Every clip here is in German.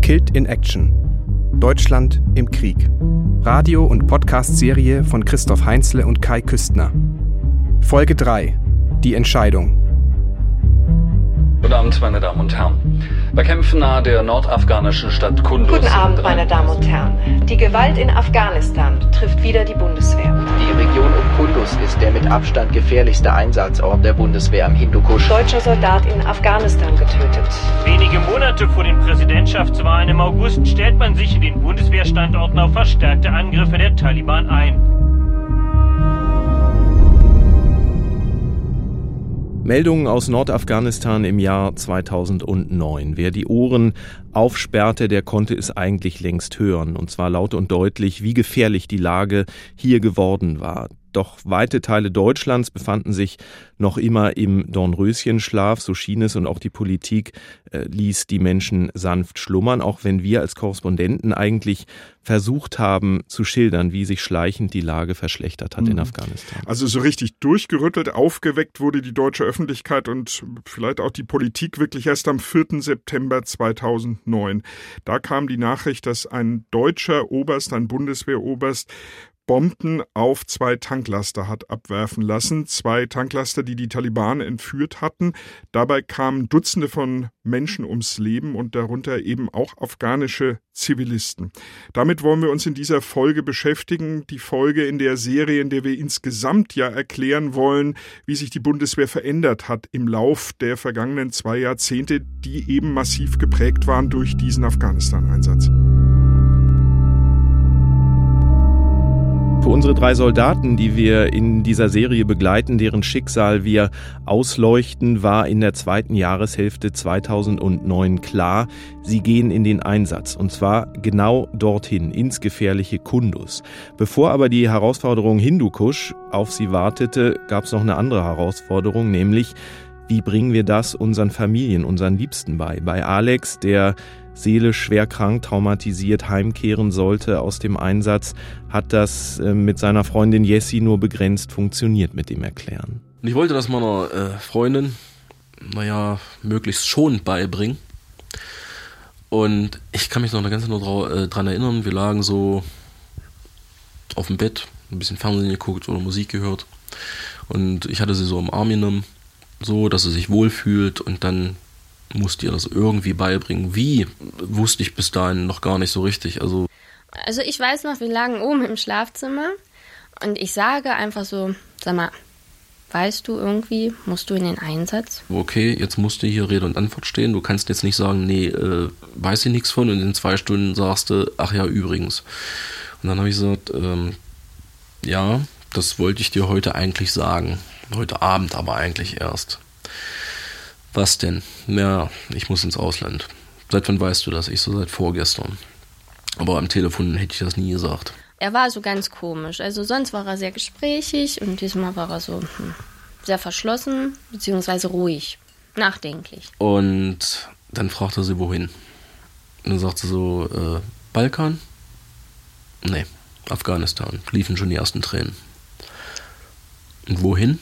Killed in Action. Deutschland im Krieg. Radio- und Podcast-Serie von Christoph Heinzle und Kai Küstner. Folge 3. Die Entscheidung. Guten Abend, meine Damen und Herren. Wir kämpfen nahe der nordafghanischen Stadt Kunduz. Guten Abend, meine Damen und Herren. Die Gewalt in Afghanistan trifft wieder die Bundeswehr. Die Region um Kunduz ist der mit Abstand gefährlichste Einsatzort der Bundeswehr am Hindukusch. Deutscher Soldat in Afghanistan getötet. Wenige Monate vor den Präsidentschaftswahlen im August stellt man sich in den Bundeswehrstandorten auf verstärkte Angriffe der Taliban ein. Meldungen aus Nordafghanistan im Jahr 2009. Wer die Ohren aufsperrte, der konnte es eigentlich längst hören. Und zwar laut und deutlich, wie gefährlich die Lage hier geworden war. Doch weite Teile Deutschlands befanden sich noch immer im Dornröschenschlaf, so schien es, und auch die Politik ließ die Menschen sanft schlummern, auch wenn wir als Korrespondenten eigentlich versucht haben zu schildern, wie sich schleichend die Lage verschlechtert hat in Afghanistan. Also so richtig durchgerüttelt, aufgeweckt wurde die deutsche Öffentlichkeit und vielleicht auch die Politik wirklich erst am 4. September 2009. Da kam die Nachricht, dass ein deutscher Oberst, ein Bundeswehroberst, Bomben auf 2 Tanklaster hat abwerfen lassen. 2 Tanklaster, die die Taliban entführt hatten. Dabei kamen Dutzende von Menschen ums Leben und darunter eben auch afghanische Zivilisten. Damit wollen wir uns in dieser Folge beschäftigen. Die Folge in der Serie, in der wir insgesamt ja erklären wollen, wie sich die Bundeswehr verändert hat im Lauf der vergangenen 2 Jahrzehnte, die eben massiv geprägt waren durch diesen Afghanistan-Einsatz. Für unsere 3 Soldaten, die wir in dieser Serie begleiten, deren Schicksal wir ausleuchten, war in der 2. Jahreshälfte 2009 klar, sie gehen in den Einsatz. Und zwar genau dorthin, ins gefährliche Kunduz. Bevor aber die Herausforderung Hindukusch auf sie wartete, gab es noch eine andere Herausforderung, nämlich wie bringen wir das unseren Familien, unseren Liebsten bei? Bei Alex, der seelisch schwer krank, traumatisiert heimkehren sollte aus dem Einsatz, hat das mit seiner Freundin Jessie nur begrenzt funktioniert mit dem Erklären. Und ich wollte das meiner Freundin, möglichst schonend beibringen. Und ich kann mich noch ganz genau dran erinnern, wir lagen so auf dem Bett, ein bisschen Fernsehen geguckt oder Musik gehört. Und ich hatte sie so im Arm genommen, so, dass sie sich wohlfühlt, und dann musste ihr das irgendwie beibringen. Wie, wusste ich bis dahin noch gar nicht so richtig. Also ich weiß noch, wir lagen oben im Schlafzimmer und ich sage einfach so, sag mal, weißt du irgendwie, musst du in den Einsatz? Okay, jetzt musst du hier Rede und Antwort stehen. Du kannst jetzt nicht sagen, nee, weiß ich nichts von, und in 2 Stunden sagst du, ach ja, übrigens. Und dann habe ich gesagt, ja, das wollte ich dir heute eigentlich sagen. Heute Abend aber eigentlich erst. Was denn? Ja, ich muss ins Ausland. Seit wann weißt du das? Ich so, seit vorgestern. Aber am Telefon hätte ich das nie gesagt. Er war so ganz komisch. Also sonst war er sehr gesprächig und diesmal war er so sehr verschlossen, beziehungsweise ruhig, nachdenklich. Und dann fragte sie, wohin? Und dann sagte sie so, Balkan? Nee, Afghanistan. Liefen schon die ersten Tränen. Und wohin?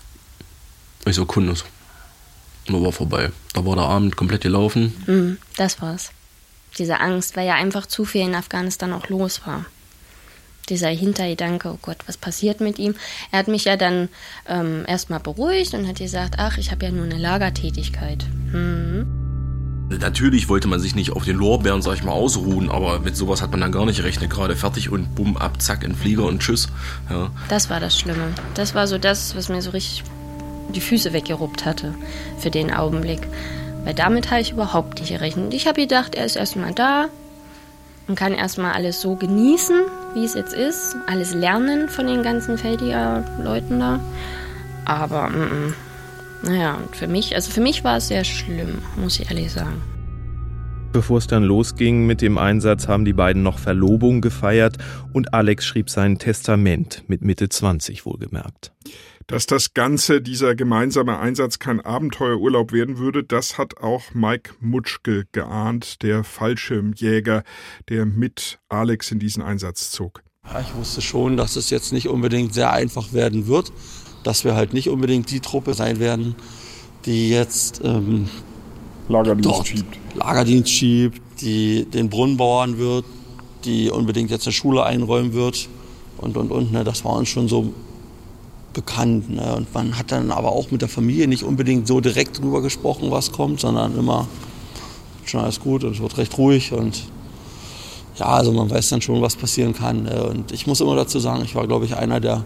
Ich so, Kunduz. Und da war vorbei. Da war der Abend komplett gelaufen. Das war's. Diese Angst, weil ja einfach zu viel in Afghanistan auch los war. Dieser Hintergedanke, oh Gott, was passiert mit ihm? Er hat mich ja dann erstmal beruhigt und hat gesagt, ach, ich habe ja nur eine Lagertätigkeit. Natürlich wollte man sich nicht auf den Lorbeeren, sag ich mal, ausruhen, aber mit sowas hat man dann gar nicht gerechnet. Gerade fertig und bumm, ab, zack, in den Flieger und tschüss. Ja. Das war das Schlimme. Das war so das, was mir so richtig die Füße weggeruppt hatte für den Augenblick. Weil damit habe ich überhaupt nicht gerechnet. Ich habe gedacht, er ist erstmal da und kann erstmal alles so genießen, wie es jetzt ist. Alles lernen von den ganzen Feldiger-Leuten da. Aber, für mich war es sehr schlimm, muss ich ehrlich sagen. Bevor es dann losging mit dem Einsatz, haben die beiden noch Verlobung gefeiert und Alex schrieb sein Testament, mit Mitte 20 wohlgemerkt. Dass das Ganze, dieser gemeinsame Einsatz, kein Abenteuerurlaub werden würde, das hat auch Mike Mutschke geahnt, der Fallschirmjäger, der mit Alex in diesen Einsatz zog. Ja, ich wusste schon, dass es jetzt nicht unbedingt sehr einfach werden wird, dass wir halt nicht unbedingt die Truppe sein werden, die jetzt Lagerdienst schiebt, die den Brunnen bauen wird, die unbedingt jetzt eine Schule einräumen wird und. Ne? Das war uns schon so bekannt. Ne? Und man hat dann aber auch mit der Familie nicht unbedingt so direkt drüber gesprochen, was kommt, sondern immer schon alles gut und es wird recht ruhig und ja, also man weiß dann schon, was passieren kann. Und ich muss immer dazu sagen, ich war, glaube ich, einer, der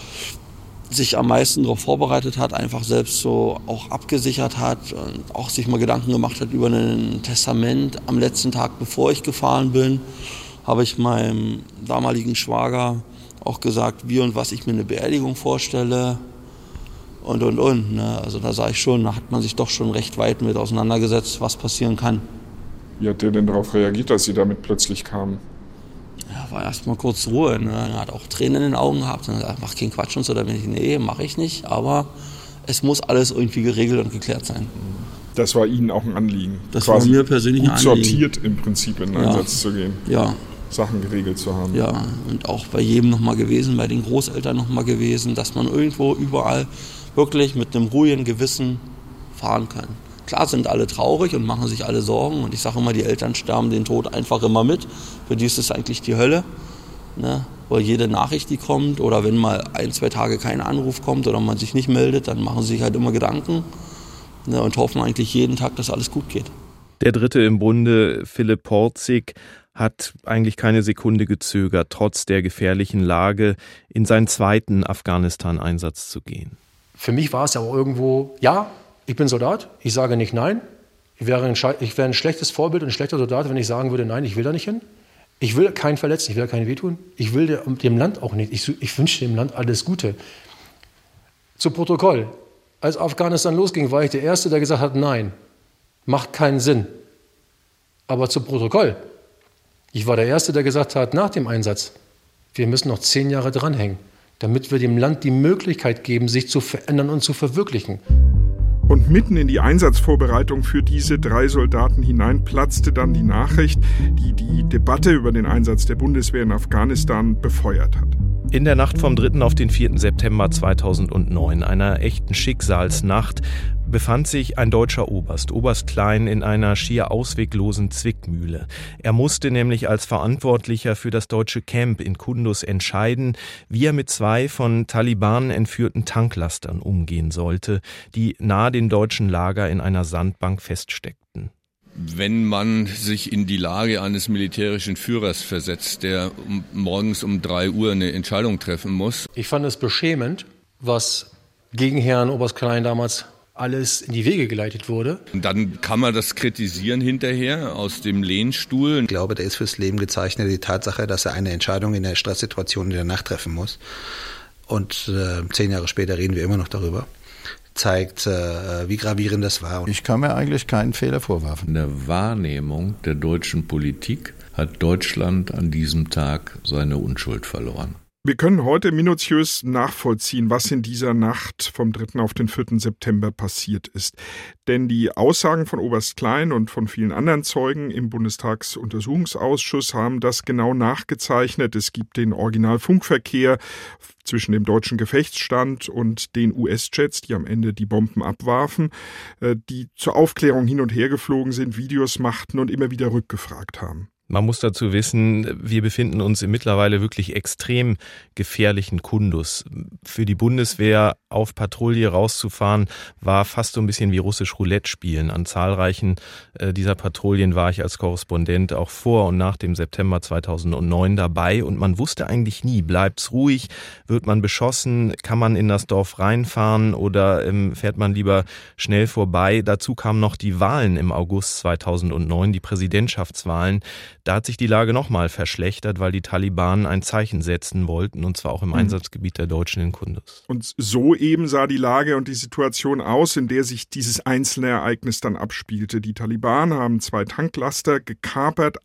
sich am meisten darauf vorbereitet hat, einfach selbst so auch abgesichert hat und auch sich mal Gedanken gemacht hat über ein Testament. Am letzten Tag, bevor ich gefahren bin, habe ich meinem damaligen Schwager auch gesagt, wie und was ich mir eine Beerdigung vorstelle und. Ne? Also da sah ich schon, da hat man sich doch schon recht weit mit auseinandergesetzt, was passieren kann. Wie hat der denn darauf reagiert, dass Sie damit plötzlich kamen? Ja, war erst mal kurz Ruhe. Ne? Er hat auch Tränen in den Augen gehabt und gesagt, mach keinen Quatsch und so. Da bin ich, nee, mache ich nicht. Aber es muss alles irgendwie geregelt und geklärt sein. Das war Ihnen auch ein Anliegen? Das quasi war mir persönlich ein Anliegen. Gut sortiert im Prinzip in den Einsatz zu gehen? Ja. Sachen geregelt zu haben? Ja, und auch bei jedem nochmal gewesen, bei den Großeltern nochmal gewesen, dass man irgendwo überall wirklich mit einem ruhigen Gewissen fahren kann. Klar sind alle traurig und machen sich alle Sorgen und ich sage immer, die Eltern sterben den Tod einfach immer mit. Für die ist es eigentlich die Hölle, ne? Weil jede Nachricht, die kommt oder wenn mal 1-2 Tage kein Anruf kommt oder man sich nicht meldet, dann machen sie sich halt immer Gedanken, ne? Und hoffen eigentlich jeden Tag, dass alles gut geht. Der Dritte im Bunde, Philipp Porzig, hat eigentlich keine Sekunde gezögert, trotz der gefährlichen Lage in seinen zweiten Afghanistan-Einsatz zu gehen. Für mich war es aber irgendwo, ja, ich bin Soldat, ich sage nicht nein. Ich wäre ein schlechtes Vorbild und ein schlechter Soldat, wenn ich sagen würde, nein, ich will da nicht hin. Ich will keinen verletzen, ich will keinen wehtun. Ich will dem Land auch nicht. Ich wünsche dem Land alles Gute. Zu Protokoll. Als Afghanistan losging, war ich der Erste, der gesagt hat, nein, macht keinen Sinn. Aber zu Protokoll. Ich war der Erste, der gesagt hat, nach dem Einsatz, wir müssen noch 10 Jahre dranhängen, damit wir dem Land die Möglichkeit geben, sich zu verändern und zu verwirklichen. Und mitten in die Einsatzvorbereitung für diese 3 Soldaten hinein platzte dann die Nachricht, die die Debatte über den Einsatz der Bundeswehr in Afghanistan befeuert hat. In der Nacht vom 3. auf den 4. September 2009, einer echten Schicksalsnacht, befand sich ein deutscher Oberst, Oberst Klein, in einer schier ausweglosen Zwickmühle. Er musste nämlich als Verantwortlicher für das deutsche Camp in Kunduz entscheiden, wie er mit 2 von Taliban entführten Tanklastern umgehen sollte, die nahe dem deutschen Lager in einer Sandbank feststeckten. Wenn man sich in die Lage eines militärischen Führers versetzt, der morgens um 3 Uhr eine Entscheidung treffen muss. Ich fand es beschämend, was gegen Herrn Oberst Klein damals alles in die Wege geleitet wurde. Und dann kann man das kritisieren hinterher aus dem Lehnstuhl. Ich glaube, der ist fürs Leben gezeichnet, die Tatsache, dass er eine Entscheidung in der Stresssituation in der Nacht treffen muss. Und 10 Jahre später reden wir immer noch darüber. Zeigt, wie gravierend das war. Ich kann mir eigentlich keinen Fehler vorwerfen. In der Wahrnehmung der deutschen Politik hat Deutschland an diesem Tag seine Unschuld verloren. Wir können heute minutiös nachvollziehen, was in dieser Nacht vom 3. auf den 4. September passiert ist. Denn die Aussagen von Oberst Klein und von vielen anderen Zeugen im Bundestagsuntersuchungsausschuss haben das genau nachgezeichnet. Es gibt den Originalfunkverkehr zwischen dem deutschen Gefechtsstand und den US-Jets, die am Ende die Bomben abwarfen, die zur Aufklärung hin und her geflogen sind, Videos machten und immer wieder rückgefragt haben. Man muss dazu wissen, wir befinden uns im mittlerweile wirklich extrem gefährlichen Kunduz. Für die Bundeswehr auf Patrouille rauszufahren, war fast so ein bisschen wie russisch Roulette spielen. An zahlreichen dieser Patrouillen war ich als Korrespondent auch vor und nach dem September 2009 dabei und man wusste eigentlich nie, bleibt's ruhig, wird man beschossen, kann man in das Dorf reinfahren oder fährt man lieber schnell vorbei. Dazu kamen noch die Wahlen im August 2009, die Präsidentschaftswahlen. Da hat sich die Lage nochmal verschlechtert, weil die Taliban ein Zeichen setzen wollten, und zwar auch im Einsatzgebiet der Deutschen in Kunduz. Und so eben sah die Lage und die Situation aus, in der sich dieses einzelne Ereignis dann abspielte. Die Taliban haben 2 Tanklaster gekapert,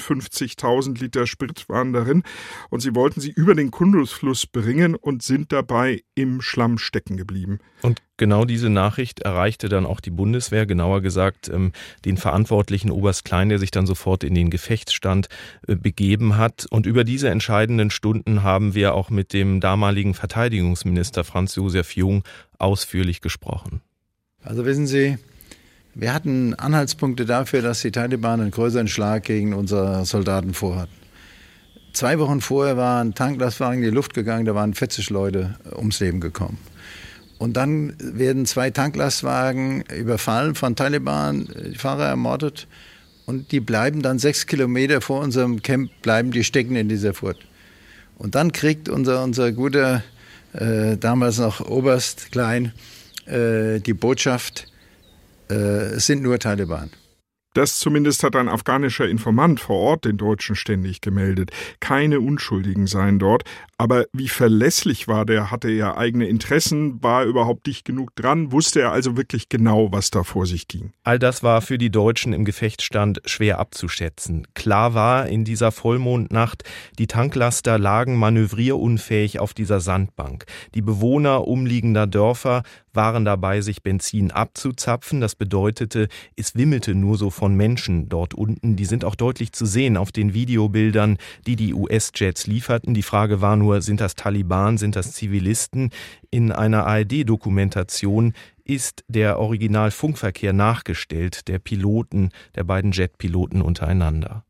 58.000 Liter Sprit waren darin und sie wollten sie über den Kunduz-Fluss bringen und sind dabei im Schlamm stecken geblieben. Und genau diese Nachricht erreichte dann auch die Bundeswehr, genauer gesagt den verantwortlichen Oberst Klein, der sich dann sofort in den Gefechtsstand begeben hat. Und über diese entscheidenden Stunden haben wir auch mit dem damaligen Verteidigungsminister Franz Josef Jung ausführlich gesprochen. Also wissen Sie, Wir hatten Anhaltspunkte dafür, dass die Taliban einen größeren Schlag gegen unsere Soldaten vorhatten. 2 Wochen vorher war ein Tanklastwagen in die Luft gegangen, da waren 40 Leute ums Leben gekommen. Und dann werden 2 Tanklastwagen überfallen von Taliban, die Fahrer ermordet. Und die bleiben dann 6 Kilometer vor unserem Camp, die stecken in dieser Furt. Und dann kriegt unser guter, damals noch Oberst Klein, die Botschaft, es sind nur Taliban. Das zumindest hat ein afghanischer Informant vor Ort den Deutschen ständig gemeldet. Keine Unschuldigen seien dort. Aber wie verlässlich war der? Hatte er eigene Interessen? War er überhaupt dicht genug dran? Wusste er also wirklich genau, was da vor sich ging? All das war für die Deutschen im Gefechtsstand schwer abzuschätzen. Klar war in dieser Vollmondnacht, die Tanklaster lagen manövrierunfähig auf dieser Sandbank. Die Bewohner umliegender Dörfer waren dabei, sich Benzin abzuzapfen. Das bedeutete, es wimmelte nur so von Menschen dort unten. Die sind auch deutlich zu sehen auf den Videobildern, die US-Jets lieferten. Die Frage war nur, sind das Taliban, sind das Zivilisten? In einer ARD-Dokumentation ist der Original-Funkverkehr nachgestellt, der beiden Jetpiloten untereinander.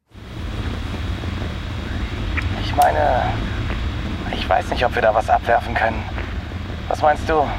Ich meine, ich weiß nicht, ob wir da was abwerfen können. Was meinst du?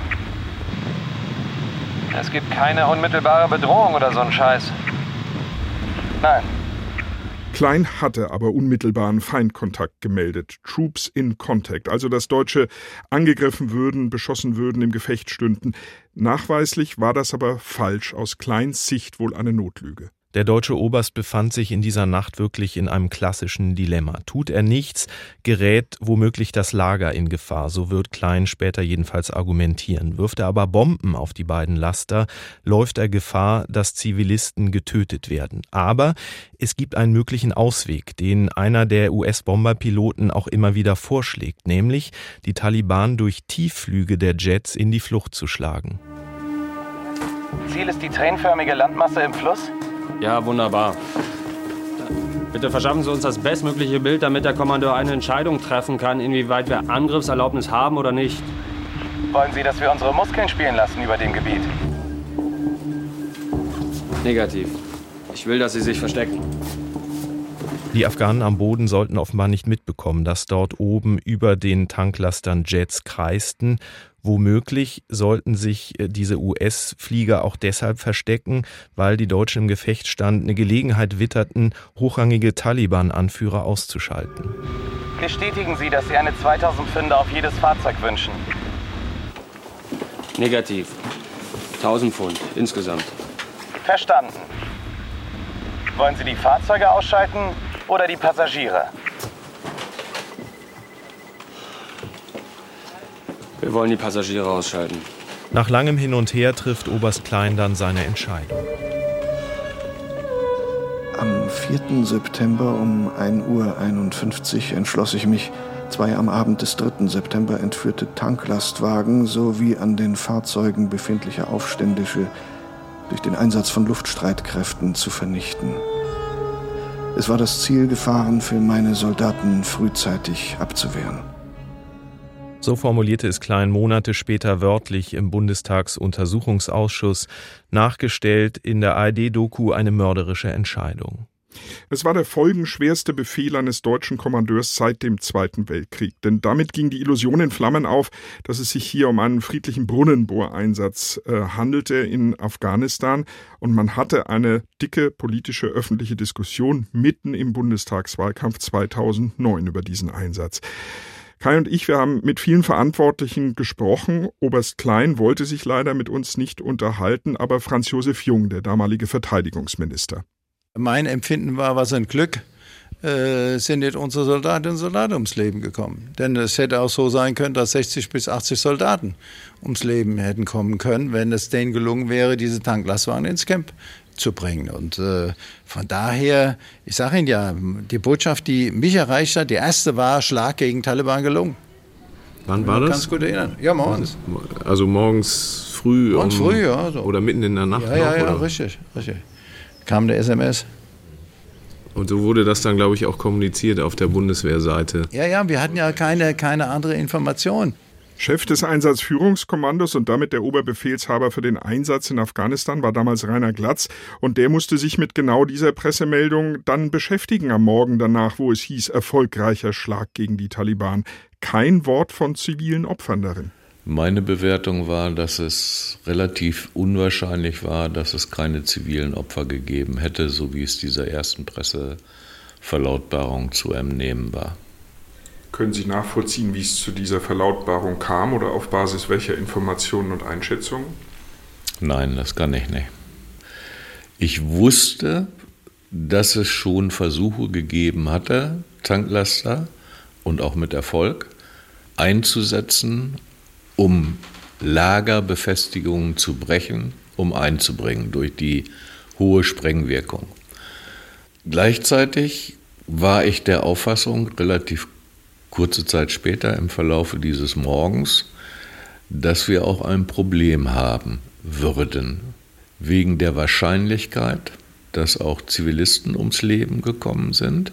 Es gibt keine unmittelbare Bedrohung oder so ein Scheiß. Nein. Klein hatte aber unmittelbaren Feindkontakt gemeldet. Troops in Contact, also dass Deutsche angegriffen würden, beschossen würden, im Gefecht stünden. Nachweislich war das aber falsch, aus Kleins Sicht wohl eine Notlüge. Der deutsche Oberst befand sich in dieser Nacht wirklich in einem klassischen Dilemma. Tut er nichts, gerät womöglich das Lager in Gefahr, so wird Klein später jedenfalls argumentieren. Wirft er aber Bomben auf die beiden Laster, läuft er Gefahr, dass Zivilisten getötet werden. Aber es gibt einen möglichen Ausweg, den einer der US-Bomberpiloten auch immer wieder vorschlägt, nämlich die Taliban durch Tiefflüge der Jets in die Flucht zu schlagen. Ziel ist die tränenförmige Landmasse im Fluss? Ja, wunderbar. Bitte verschaffen Sie uns das bestmögliche Bild, damit der Kommandeur eine Entscheidung treffen kann, inwieweit wir Angriffserlaubnis haben oder nicht. Wollen Sie, dass wir unsere Muskeln spielen lassen über dem Gebiet? Negativ. Ich will, dass Sie sich verstecken. Die Afghanen am Boden sollten offenbar nicht mitbekommen, dass dort oben über den Tanklastern Jets kreisten. Womöglich sollten sich diese US-Flieger auch deshalb verstecken, weil die Deutschen im Gefechtsstand eine Gelegenheit witterten, hochrangige Taliban-Anführer auszuschalten. Bestätigen Sie, dass Sie eine 2000 Pfünde auf jedes Fahrzeug wünschen? Negativ. 1000 Pfund insgesamt. Verstanden. Wollen Sie die Fahrzeuge ausschalten oder die Passagiere? Wir wollen die Passagiere ausschalten. Nach langem Hin und Her trifft Oberst Klein dann seine Entscheidung. Am 4. September um 1:51 Uhr entschloss ich mich, 2 am Abend des 3. September entführte Tanklastwagen sowie an den Fahrzeugen befindliche Aufständische durch den Einsatz von Luftstreitkräften zu vernichten. Es war das Ziel, Gefahren für meine Soldaten frühzeitig abzuwehren. So formulierte es Klein Monate später wörtlich im Bundestagsuntersuchungsausschuss, nachgestellt in der ARD-Doku eine mörderische Entscheidung. Es war der folgenschwerste Befehl eines deutschen Kommandeurs seit dem Zweiten Weltkrieg. Denn damit ging die Illusion in Flammen auf, dass es sich hier um einen friedlichen Brunnenbohreinsatz handelte in Afghanistan. Und man hatte eine dicke politische öffentliche Diskussion mitten im Bundestagswahlkampf 2009 über diesen Einsatz. Kai und ich, wir haben mit vielen Verantwortlichen gesprochen. Oberst Klein wollte sich leider mit uns nicht unterhalten, aber Franz Josef Jung, der damalige Verteidigungsminister. Mein Empfinden war, was ein Glück, sind nicht unsere Soldatinnen und Soldaten ums Leben gekommen. Denn es hätte auch so sein können, dass 60 bis 80 Soldaten ums Leben hätten kommen können, wenn es denen gelungen wäre, diese Tanklastwagen ins Camp zu bringen. Und von daher, ich sage Ihnen ja, die Botschaft, die mich erreicht hat, die erste war, Schlag gegen Taliban gelungen. Wann war das? Ganz gut erinnern. Ja, morgens. Also morgens früh? Morgens früh, ja. So. Oder mitten in der Nacht? Ja, oder? Richtig. Kam der SMS. Und so wurde das dann, glaube ich, auch kommuniziert auf der Bundeswehrseite. Ja, wir hatten ja keine andere Information. Chef des Einsatzführungskommandos und damit der Oberbefehlshaber für den Einsatz in Afghanistan war damals Rainer Glatz. Und der musste sich mit genau dieser Pressemeldung dann beschäftigen am Morgen danach, wo es hieß, erfolgreicher Schlag gegen die Taliban. Kein Wort von zivilen Opfern darin. Meine Bewertung war, dass es relativ unwahrscheinlich war, dass es keine zivilen Opfer gegeben hätte, so wie es dieser ersten Presseverlautbarung zu entnehmen war. Können Sie nachvollziehen, wie es zu dieser Verlautbarung kam oder auf Basis welcher Informationen und Einschätzungen? Nein, das kann ich nicht. Ich wusste, dass es schon Versuche gegeben hatte, Tanklaster und auch mit Erfolg einzusetzen, um Lagerbefestigungen zu brechen, um einzubringen durch die hohe Sprengwirkung. Gleichzeitig war ich der Auffassung, relativ kurze Zeit später im Verlaufe dieses Morgens, dass wir auch ein Problem haben würden, wegen der Wahrscheinlichkeit, dass auch Zivilisten ums Leben gekommen sind,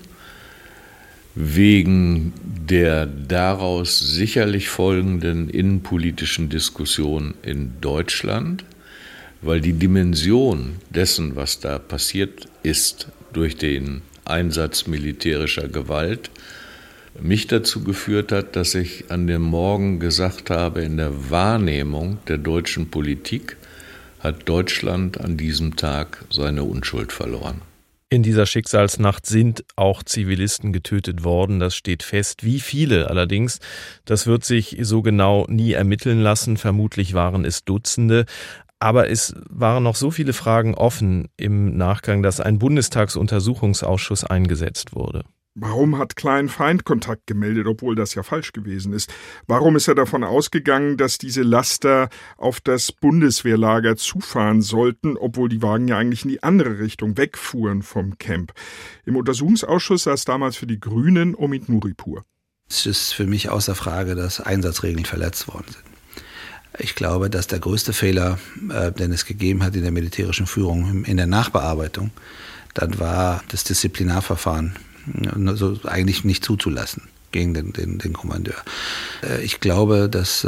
wegen der daraus sicherlich folgenden innenpolitischen Diskussion in Deutschland, weil die Dimension dessen, was da passiert ist, durch den Einsatz militärischer Gewalt, mich dazu geführt hat, dass ich an dem Morgen gesagt habe, in der Wahrnehmung der deutschen Politik hat Deutschland an diesem Tag seine Unschuld verloren. In dieser Schicksalsnacht sind auch Zivilisten getötet worden, das steht fest. Wie viele allerdings, das wird sich so genau nie ermitteln lassen. Vermutlich waren es Dutzende. Aber es waren noch so viele Fragen offen im Nachgang, dass ein Bundestagsuntersuchungsausschuss eingesetzt wurde. Warum hat Klein Feindkontakt gemeldet, obwohl das ja falsch gewesen ist? Warum ist er davon ausgegangen, dass diese Laster auf das Bundeswehrlager zufahren sollten, obwohl die Wagen ja eigentlich in die andere Richtung wegfuhren vom Camp? Im Untersuchungsausschuss saß damals für die Grünen Omid Nuripur. Es ist für mich außer Frage, dass Einsatzregeln verletzt worden sind. Ich glaube, dass der größte Fehler, den es gegeben hat in der militärischen Führung, in der Nachbearbeitung, dann war das Disziplinarverfahren so eigentlich nicht zuzulassen gegen den Kommandeur. Ich glaube, dass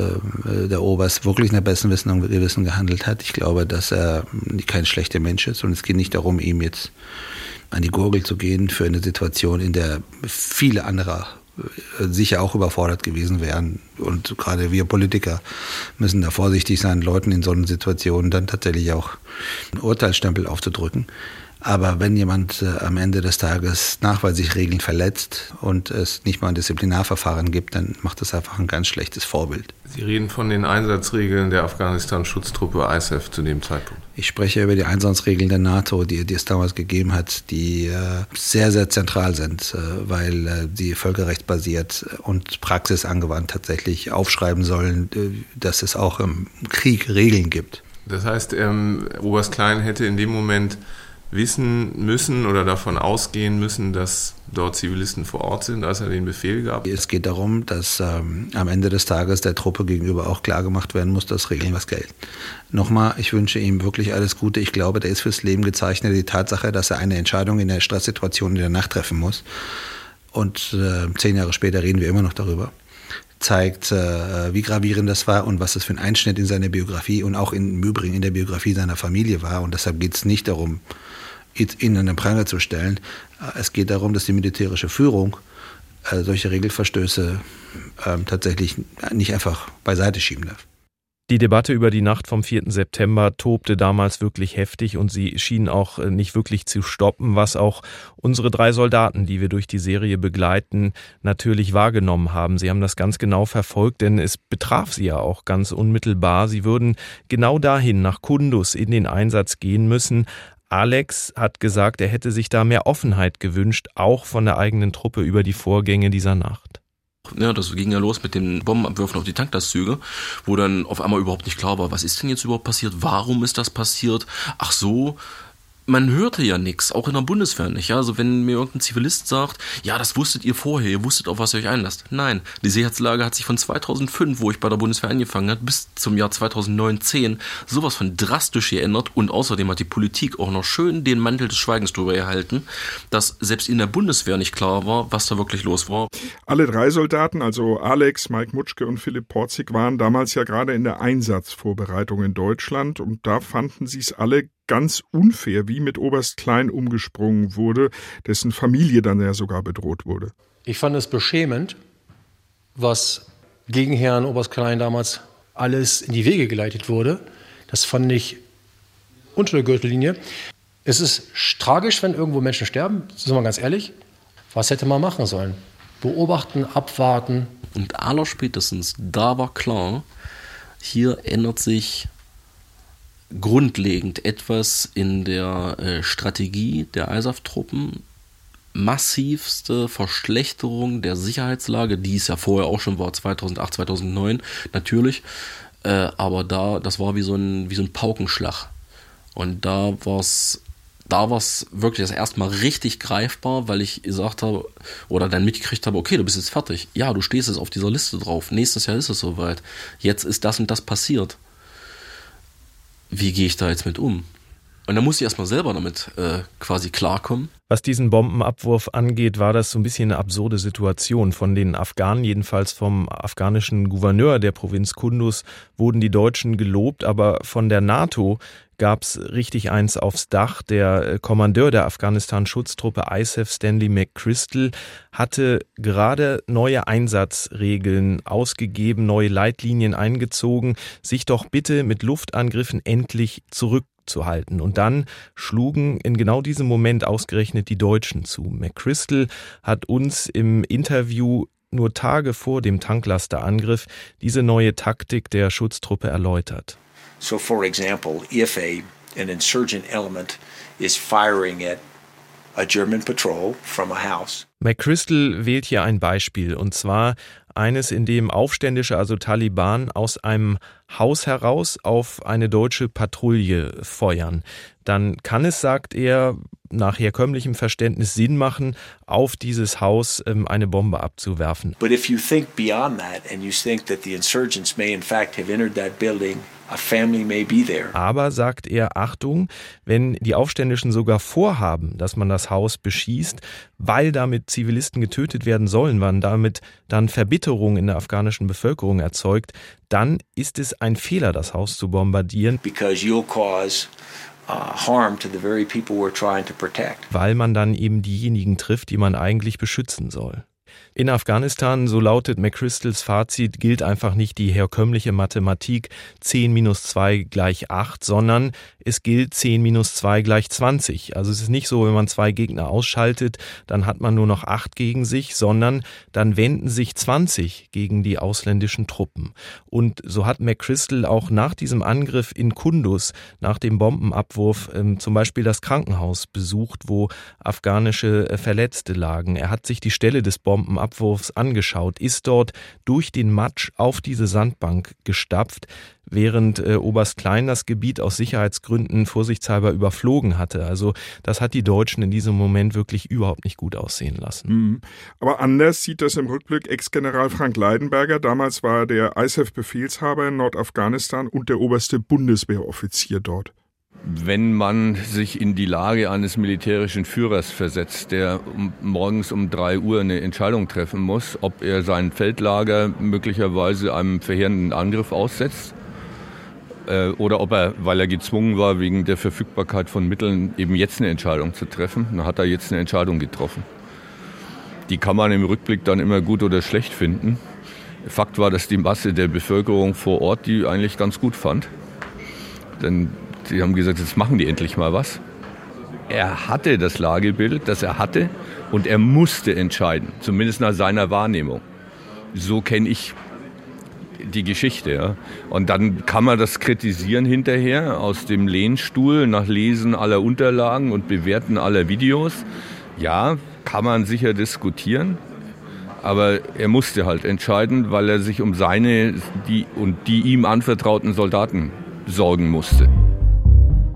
der Oberst wirklich nach bestem Wissen und Gewissen gehandelt hat. Ich glaube, dass er kein schlechter Mensch ist und es geht nicht darum, ihm jetzt an die Gurgel zu gehen für eine Situation, in der viele andere sicher auch überfordert gewesen wären. Und gerade wir Politiker müssen da vorsichtig sein, Leuten in so einer Situation dann tatsächlich auch einen Urteilsstempel aufzudrücken. Aber wenn jemand am Ende des Tages nachweislich Regeln verletzt und es nicht mal ein Disziplinarverfahren gibt, dann macht das einfach ein ganz schlechtes Vorbild. Sie reden von den Einsatzregeln der Afghanistan-Schutztruppe ISAF zu dem Zeitpunkt. Ich spreche über die Einsatzregeln der NATO, die es damals gegeben hat, die sehr, sehr zentral sind, weil die völkerrechtsbasiert und praxisangewandt tatsächlich aufschreiben sollen, dass es auch im Krieg Regeln gibt. Das heißt, Oberst Klein hätte in dem Moment wissen müssen oder davon ausgehen müssen, dass dort Zivilisten vor Ort sind, als er den Befehl gab? Es geht darum, dass am Ende des Tages der Truppe gegenüber auch klargemacht werden muss, dass Regeln was gelten. Nochmal, ich wünsche ihm wirklich alles Gute. Ich glaube, der ist fürs Leben gezeichnet. Die Tatsache, dass er eine Entscheidung in der Stresssituation in der Nacht treffen muss und 10 Jahre später reden wir immer noch darüber, zeigt, wie gravierend das war und was das für ein Einschnitt in seiner Biografie und auch im Übrigen in der Biografie seiner Familie war. Und deshalb geht es nicht darum, ihn an den Pranger zu stellen. Es geht darum, dass die militärische Führung solche Regelverstöße tatsächlich nicht einfach beiseite schieben darf. Die Debatte über die Nacht vom 4. September tobte damals wirklich heftig und sie schien auch nicht wirklich zu stoppen, was auch unsere 3 Soldaten, die wir durch die Serie begleiten, natürlich wahrgenommen haben. Sie haben das ganz genau verfolgt, denn es betraf sie ja auch ganz unmittelbar. Sie würden genau dahin, nach Kunduz, in den Einsatz gehen müssen. Alex hat gesagt, er hätte sich da mehr Offenheit gewünscht, auch von der eigenen Truppe über die Vorgänge dieser Nacht. Ja, das ging ja los mit den Bombenabwürfen auf die Tanklastzüge, wo dann auf einmal überhaupt nicht klar war, was ist denn jetzt überhaupt passiert, warum ist das passiert, ach so, man hörte ja nichts, auch in der Bundeswehr nicht. Ja? Also wenn mir irgendein Zivilist sagt, ja, das wusstet ihr vorher, ihr wusstet, auf was ihr euch einlasst. Nein, die Sicherheitslage hat sich von 2005, wo ich bei der Bundeswehr angefangen habe, bis zum Jahr 2009-10 sowas von drastisch geändert. Und außerdem hat die Politik auch noch schön den Mantel des Schweigens drüber gehalten, dass selbst in der Bundeswehr nicht klar war, was da wirklich los war. Alle 3 Soldaten, also Alex, Mike Mutschke und Philipp Porzig, waren damals ja gerade in der Einsatzvorbereitung in Deutschland. Und da fanden sie es alle ganz unfair, wie mit Oberst Klein umgesprungen wurde, dessen Familie dann ja sogar bedroht wurde. Ich fand es beschämend, was gegen Herrn Oberst Klein damals alles in die Wege geleitet wurde. Das fand ich unter der Gürtellinie. Es ist tragisch, wenn irgendwo Menschen sterben, sind wir ganz ehrlich. Was hätte man machen sollen? Beobachten, abwarten. Und allerspätestens, da war klar, hier ändert sich grundlegend etwas in der Strategie der ISAF-Truppen. Massivste Verschlechterung der Sicherheitslage, die es ja vorher auch schon war, 2008, 2009 natürlich, aber das war wie so ein Paukenschlag. Und da war's wirklich das erste Mal richtig greifbar, weil ich gesagt habe, oder dann mitgekriegt habe, okay, du bist jetzt fertig. Ja, du stehst jetzt auf dieser Liste drauf. Nächstes Jahr ist es soweit. Jetzt ist das und das passiert. Wie gehe ich da jetzt mit um? Und da muss ich erstmal selber damit quasi klarkommen. Was diesen Bombenabwurf angeht, war das so ein bisschen eine absurde Situation. Von den Afghanen, jedenfalls vom afghanischen Gouverneur der Provinz Kunduz, wurden die Deutschen gelobt, aber von der NATO gab's richtig eins aufs Dach. Der Kommandeur der Afghanistan-Schutztruppe ISAF, Stanley McChrystal, hatte gerade neue Einsatzregeln ausgegeben, neue Leitlinien eingezogen, sich doch bitte mit Luftangriffen endlich zurückzuhalten. Und dann schlugen in genau diesem Moment ausgerechnet die Deutschen zu. McChrystal hat uns im Interview nur Tage vor dem Tanklasterangriff diese neue Taktik der Schutztruppe erläutert. So, for example, if an insurgent element is firing at a German patrol from a house. McChrystal wählt hier ein Beispiel, und zwar eines, in dem Aufständische, also Taliban, aus einem Haus heraus auf eine deutsche Patrouille feuern. Dann kann es, sagt er, nach herkömmlichem Verständnis Sinn machen, auf dieses Haus eine Bombe abzuwerfen. But if you think beyond that and you think that the insurgents may in fact have entered that building, a family may be there. Aber, sagt er, Achtung, wenn die Aufständischen sogar vorhaben, dass man das Haus beschießt, weil damit Zivilisten getötet werden sollen, man damit dann Verbitterung in der afghanischen Bevölkerung erzeugt, dann ist es ein Fehler, das Haus zu bombardieren. Because you'll cause harm to the very people we're trying to protect. Weil man dann eben diejenigen trifft, die man eigentlich beschützen soll. In Afghanistan, so lautet McChrystals Fazit, gilt einfach nicht die herkömmliche Mathematik 10 minus 2 gleich 8, sondern es gilt 10 minus 2 gleich 20. Also es ist nicht so, wenn man 2 Gegner ausschaltet, dann hat man nur noch 8 gegen sich, sondern dann wenden sich 20 gegen die ausländischen Truppen. Und so hat McChrystal auch nach diesem Angriff in Kunduz, nach dem Bombenabwurf, zum Beispiel das Krankenhaus besucht, wo afghanische Verletzte lagen. Er hat sich die Stelle des Bombenabwurfs angeschaut, ist dort durch den Matsch auf diese Sandbank gestapft, während Oberst Klein das Gebiet aus Sicherheitsgründen vorsichtshalber überflogen hatte. Also das hat die Deutschen in diesem Moment wirklich überhaupt nicht gut aussehen lassen. Aber anders sieht das im Rückblick Ex-General Frank Leidenberger. Damals war er der ISAF-Befehlshaber in Nordafghanistan und der oberste Bundeswehroffizier dort. Wenn man sich in die Lage eines militärischen Führers versetzt, der morgens um 3 Uhr eine Entscheidung treffen muss, ob er sein Feldlager möglicherweise einem verheerenden Angriff aussetzt oder ob er, weil er gezwungen war, wegen der Verfügbarkeit von Mitteln eben jetzt eine Entscheidung zu treffen, dann hat er jetzt eine Entscheidung getroffen. Die kann man im Rückblick dann immer gut oder schlecht finden. Fakt war, dass die Masse der Bevölkerung vor Ort die eigentlich ganz gut fand. Denn sie haben gesagt, jetzt machen die endlich mal was. Er hatte das Lagebild, das er hatte, und er musste entscheiden, zumindest nach seiner Wahrnehmung. So kenne ich die Geschichte. Ja. Und dann kann man das kritisieren hinterher aus dem Lehnstuhl nach Lesen aller Unterlagen und Bewerten aller Videos. Ja, kann man sicher diskutieren, aber er musste halt entscheiden, weil er sich um die ihm anvertrauten Soldaten sorgen musste.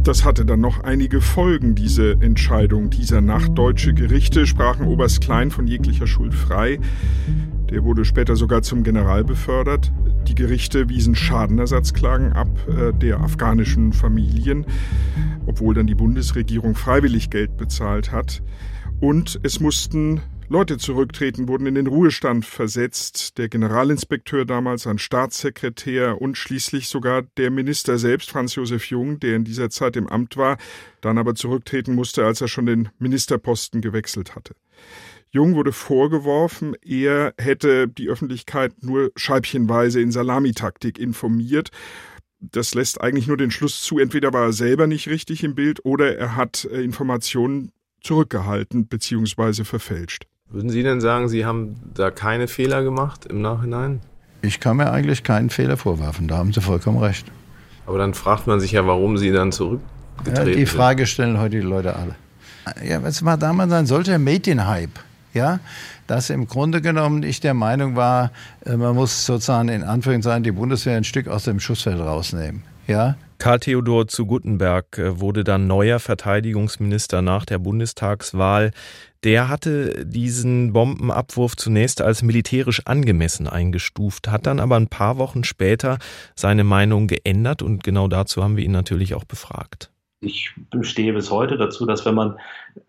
Das hatte dann noch einige Folgen, diese Entscheidung dieser Nacht. Deutsche Gerichte sprachen Oberst Klein von jeglicher Schuld frei. Der wurde später sogar zum General befördert. Die Gerichte wiesen Schadenersatzklagen ab der afghanischen Familien, obwohl dann die Bundesregierung freiwillig Geld bezahlt hat. Und es mussten Leute zurücktreten, wurden in den Ruhestand versetzt. Der Generalinspekteur damals, ein Staatssekretär und schließlich sogar der Minister selbst, Franz Josef Jung, der in dieser Zeit im Amt war, dann aber zurücktreten musste, als er schon den Ministerposten gewechselt hatte. Jung wurde vorgeworfen, er hätte die Öffentlichkeit nur scheibchenweise in Salamitaktik informiert. Das lässt eigentlich nur den Schluss zu, entweder war er selber nicht richtig im Bild oder er hat Informationen zurückgehalten bzw. verfälscht. Würden Sie denn sagen, Sie haben da keine Fehler gemacht im Nachhinein? Ich kann mir eigentlich keinen Fehler vorwerfen, da haben Sie vollkommen recht. Aber dann fragt man sich ja, warum Sie dann zurückgetreten sind. Die Frage stellen heute die Leute alle. Ja, was war damals ein solcher Medienhype, ja, dass im Grunde genommen ich der Meinung war, man muss sozusagen in Anführungszeichen die Bundeswehr ein Stück aus dem Schussfeld rausnehmen, ja. Karl Theodor zu Guttenberg wurde dann neuer Verteidigungsminister nach der Bundestagswahl. Der hatte diesen Bombenabwurf zunächst als militärisch angemessen eingestuft, hat dann aber ein paar Wochen später seine Meinung geändert und genau dazu haben wir ihn natürlich auch befragt. Ich stehe bis heute dazu, dass wenn man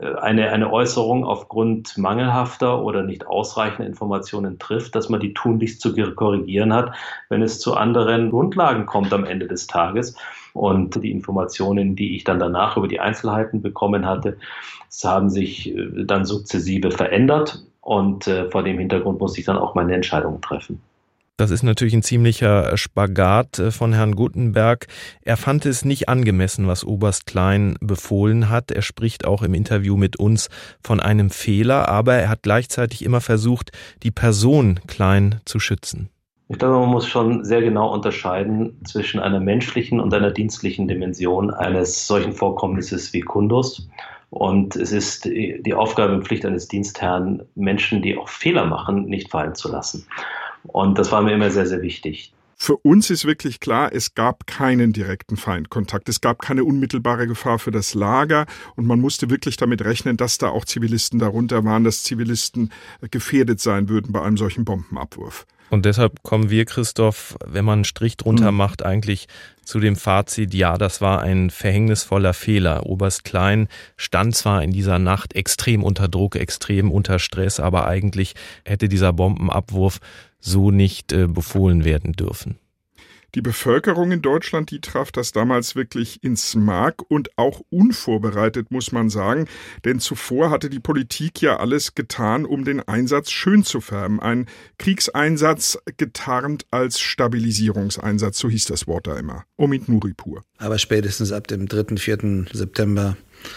eine Äußerung aufgrund mangelhafter oder nicht ausreichender Informationen trifft, dass man die tunlichst zu korrigieren hat, wenn es zu anderen Grundlagen kommt am Ende des Tages. Und die Informationen, die ich dann danach über die Einzelheiten bekommen hatte, haben sich dann sukzessive verändert und vor dem Hintergrund musste ich dann auch meine Entscheidungen treffen. Das ist natürlich ein ziemlicher Spagat von Herrn Guttenberg. Er fand es nicht angemessen, was Oberst Klein befohlen hat. Er spricht auch im Interview mit uns von einem Fehler, aber er hat gleichzeitig immer versucht, die Person Klein zu schützen. Ich glaube, man muss schon sehr genau unterscheiden zwischen einer menschlichen und einer dienstlichen Dimension eines solchen Vorkommnisses wie Kunduz. Und es ist die Aufgabe und Pflicht eines Dienstherrn, Menschen, die auch Fehler machen, nicht fallen zu lassen. Und das war mir immer sehr, sehr wichtig. Für uns ist wirklich klar, es gab keinen direkten Feindkontakt. Es gab keine unmittelbare Gefahr für das Lager und man musste wirklich damit rechnen, dass da auch Zivilisten darunter waren, dass Zivilisten gefährdet sein würden bei einem solchen Bombenabwurf. Und deshalb kommen wir, Christoph, wenn man einen Strich drunter macht, eigentlich zu dem Fazit, ja, das war ein verhängnisvoller Fehler. Oberst Klein stand zwar in dieser Nacht extrem unter Druck, extrem unter Stress, aber eigentlich hätte dieser Bombenabwurf so nicht befohlen werden dürfen. Die Bevölkerung in Deutschland, die traf das damals wirklich ins Mark und auch unvorbereitet, muss man sagen. Denn zuvor hatte die Politik ja alles getan, um den Einsatz schön zu färben. Ein Kriegseinsatz getarnt als Stabilisierungseinsatz, so hieß das Wort da immer. Omid Nuripur. Aber spätestens ab dem 3., 4. September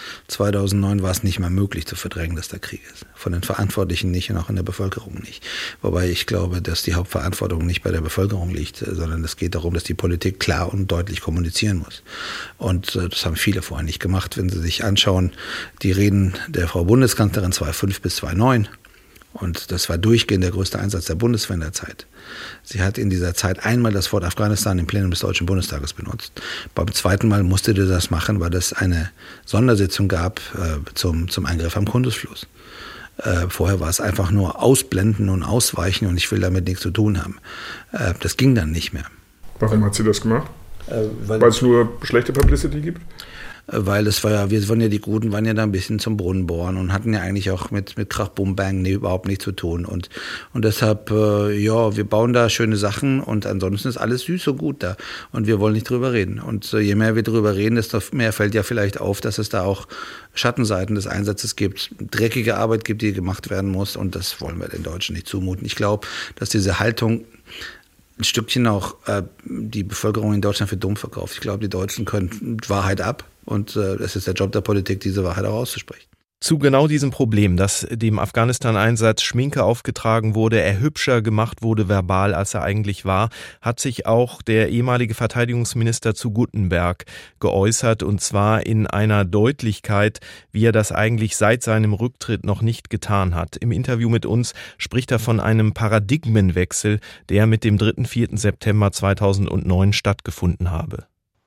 2009 war es nicht mehr möglich zu verdrängen, dass der Krieg ist. Von den Verantwortlichen nicht und auch in der Bevölkerung nicht. Wobei ich glaube, dass die Hauptverantwortung nicht bei der Bevölkerung liegt, sondern es geht darum, dass die Politik klar und deutlich kommunizieren muss. Und das haben viele vorher nicht gemacht. Wenn Sie sich anschauen, die Reden der Frau Bundeskanzlerin 2005 bis 2009, und das war durchgehend der größte Einsatz der Bundeswehr in der Zeit. Sie hat in dieser Zeit einmal das Wort Afghanistan im Plenum des Deutschen Bundestages benutzt. Beim zweiten Mal musste sie das machen, weil es eine Sondersitzung gab zum Angriff am Kunduzfluss. Vorher war es einfach nur ausblenden und ausweichen und ich will damit nichts zu tun haben. Das ging dann nicht mehr. Warum hat sie das gemacht? Weil es nur schlechte Publicity gibt? Weil es war ja, die Guten waren ja da ein bisschen zum Brunnen bohren und hatten ja eigentlich auch mit Krach, Bum, Bang überhaupt nichts zu tun. Und deshalb, wir bauen da schöne Sachen und ansonsten ist alles süß so gut da. Und wir wollen nicht drüber reden. Und je mehr wir drüber reden, desto mehr fällt ja vielleicht auf, dass es da auch Schattenseiten des Einsatzes gibt, dreckige Arbeit gibt, die gemacht werden muss. Und das wollen wir den Deutschen nicht zumuten. Ich glaube, dass diese Haltung ein Stückchen auch die Bevölkerung in Deutschland für dumm verkauft. Ich glaube, die Deutschen können Wahrheit ab und es ist der Job der Politik, diese Wahrheit auch auszusprechen. Zu genau diesem Problem, dass dem Afghanistan-Einsatz Schminke aufgetragen wurde, er hübscher gemacht wurde verbal, als er eigentlich war, hat sich auch der ehemalige Verteidigungsminister zu Guttenberg geäußert, und zwar in einer Deutlichkeit, wie er das eigentlich seit seinem Rücktritt noch nicht getan hat. Im Interview mit uns spricht er von einem Paradigmenwechsel, der mit dem 3. 4. September 2009 stattgefunden habe.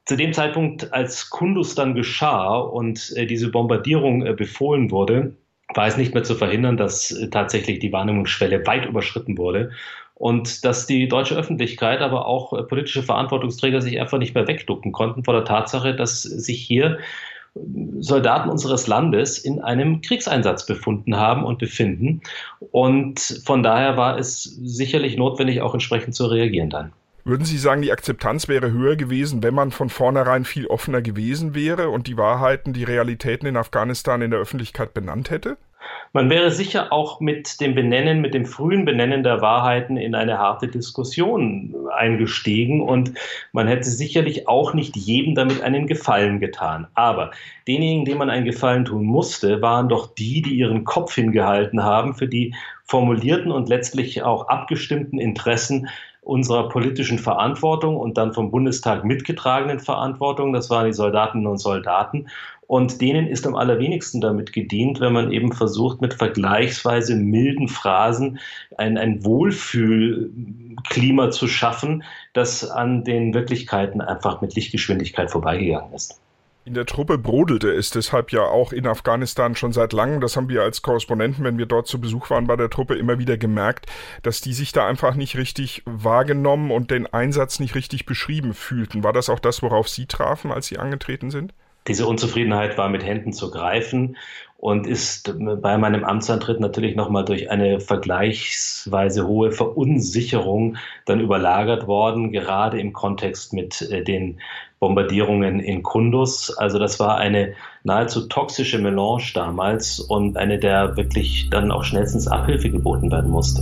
Zu dem Zeitpunkt, als Kunduz dann geschah und diese Bombardierung befohlen wurde, war es nicht mehr zu verhindern, dass tatsächlich die Wahrnehmungsschwelle weit überschritten wurde und dass die deutsche Öffentlichkeit, aber auch politische Verantwortungsträger sich einfach nicht mehr wegducken konnten vor der Tatsache, dass sich hier Soldaten unseres Landes in einem Kriegseinsatz befunden haben und befinden. Und von daher war es sicherlich notwendig, auch entsprechend zu reagieren dann. Würden Sie sagen, die Akzeptanz wäre höher gewesen, wenn man von vornherein viel offener gewesen wäre und die Wahrheiten, die Realitäten in Afghanistan in der Öffentlichkeit benannt hätte? Man wäre sicher auch mit dem frühen Benennen der Wahrheiten in eine harte Diskussion eingestiegen und man hätte sicherlich auch nicht jedem damit einen Gefallen getan. Aber denjenigen, denen man einen Gefallen tun musste, waren doch die ihren Kopf hingehalten haben für die formulierten und letztlich auch abgestimmten Interessen unserer politischen Verantwortung und dann vom Bundestag mitgetragenen Verantwortung. Das waren die Soldatinnen und Soldaten. Und denen ist am allerwenigsten damit gedient, wenn man eben versucht, mit vergleichsweise milden Phrasen ein Wohlfühlklima zu schaffen, das an den Wirklichkeiten einfach mit Lichtgeschwindigkeit vorbeigegangen ist. In der Truppe brodelte es deshalb ja auch in Afghanistan schon seit langem. Das haben wir als Korrespondenten, wenn wir dort zu Besuch waren bei der Truppe, immer wieder gemerkt, dass die sich da einfach nicht richtig wahrgenommen und den Einsatz nicht richtig beschrieben fühlten. War das auch das, worauf Sie trafen, als Sie angetreten sind? Diese Unzufriedenheit war mit Händen zu greifen und ist bei meinem Amtsantritt natürlich nochmal durch eine vergleichsweise hohe Verunsicherung dann überlagert worden, gerade im Kontext mit den Bombardierungen in Kunduz. Also das war eine nahezu toxische Melange damals und eine, der wirklich dann auch schnellstens Abhilfe geboten werden musste.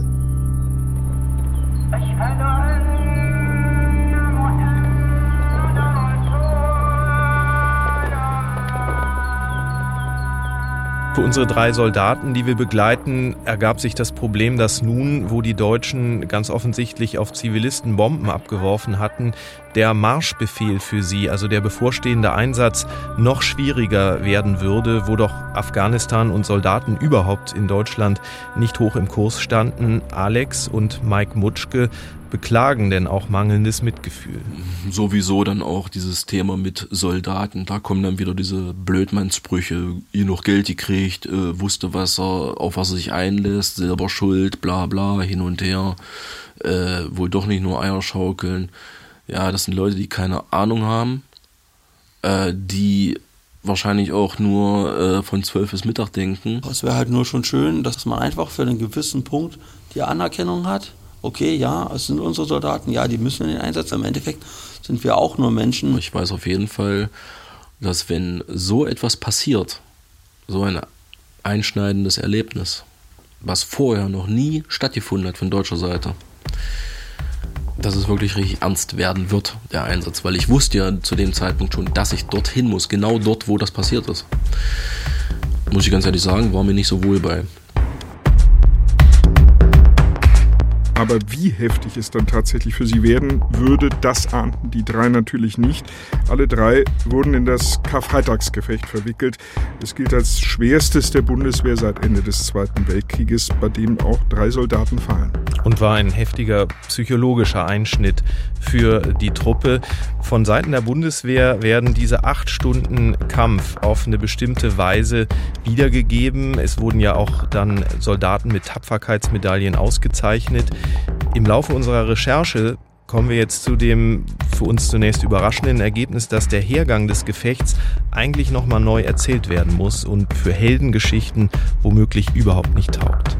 Für unsere 3 Soldaten, die wir begleiten, ergab sich das Problem, dass nun, wo die Deutschen ganz offensichtlich auf Zivilisten Bomben abgeworfen hatten, der Marschbefehl für sie, also der bevorstehende Einsatz, noch schwieriger werden würde, wo doch Afghanistan und Soldaten überhaupt in Deutschland nicht hoch im Kurs standen. Alex und Mike Mutschke beklagen denn auch mangelndes Mitgefühl. Sowieso dann auch dieses Thema mit Soldaten. Da kommen dann wieder diese Blödmannsprüche. Ihr noch Geld gekriegt, wusste, auf was er sich einlässt, selber schuld, bla bla, hin und her. Wohl doch nicht nur Eier schaukeln. Ja, das sind Leute, die keine Ahnung haben, die wahrscheinlich auch nur von 12 bis Mittag denken. Es wäre halt nur schon schön, dass man einfach für einen gewissen Punkt die Anerkennung hat. Okay, ja, es sind unsere Soldaten, ja, die müssen in den Einsatz. Im Endeffekt sind wir auch nur Menschen. Ich weiß auf jeden Fall, dass wenn so etwas passiert, so ein einschneidendes Erlebnis, was vorher noch nie stattgefunden hat von deutscher Seite, dass es wirklich richtig ernst werden wird, der Einsatz. Weil ich wusste ja zu dem Zeitpunkt schon, dass ich dorthin muss, genau dort, wo das passiert ist. Muss ich ganz ehrlich sagen, war mir nicht so wohl bei. Aber wie heftig es dann tatsächlich für sie werden würde, das ahnten die 3 natürlich nicht. Alle 3 wurden in das Karfreitagsgefecht verwickelt. Es gilt als schwerstes der Bundeswehr seit Ende des Zweiten Weltkrieges, bei dem auch 3 Soldaten fallen. Und war ein heftiger psychologischer Einschnitt für die Truppe. Von Seiten der Bundeswehr werden diese 8 Stunden Kampf auf eine bestimmte Weise wiedergegeben. Es wurden ja auch dann Soldaten mit Tapferkeitsmedaillen ausgezeichnet. Im Laufe unserer Recherche kommen wir jetzt zu dem für uns zunächst überraschenden Ergebnis, dass der Hergang des Gefechts eigentlich nochmal neu erzählt werden muss und für Heldengeschichten womöglich überhaupt nicht taugt.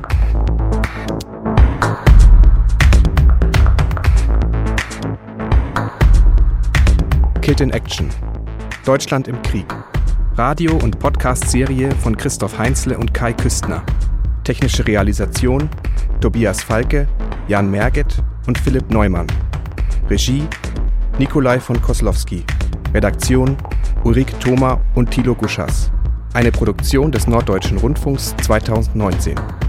Killed in Action. Deutschland im Krieg. Radio- und Podcast-Serie von Christoph Heinzle und Kai Küstner. Technische Realisation Tobias Falke, Jan Merget und Philipp Neumann. Regie Nikolai von Koslowski. Redaktion Ulrike Thoma und Thilo Guschas. Eine Produktion des Norddeutschen Rundfunks 2019.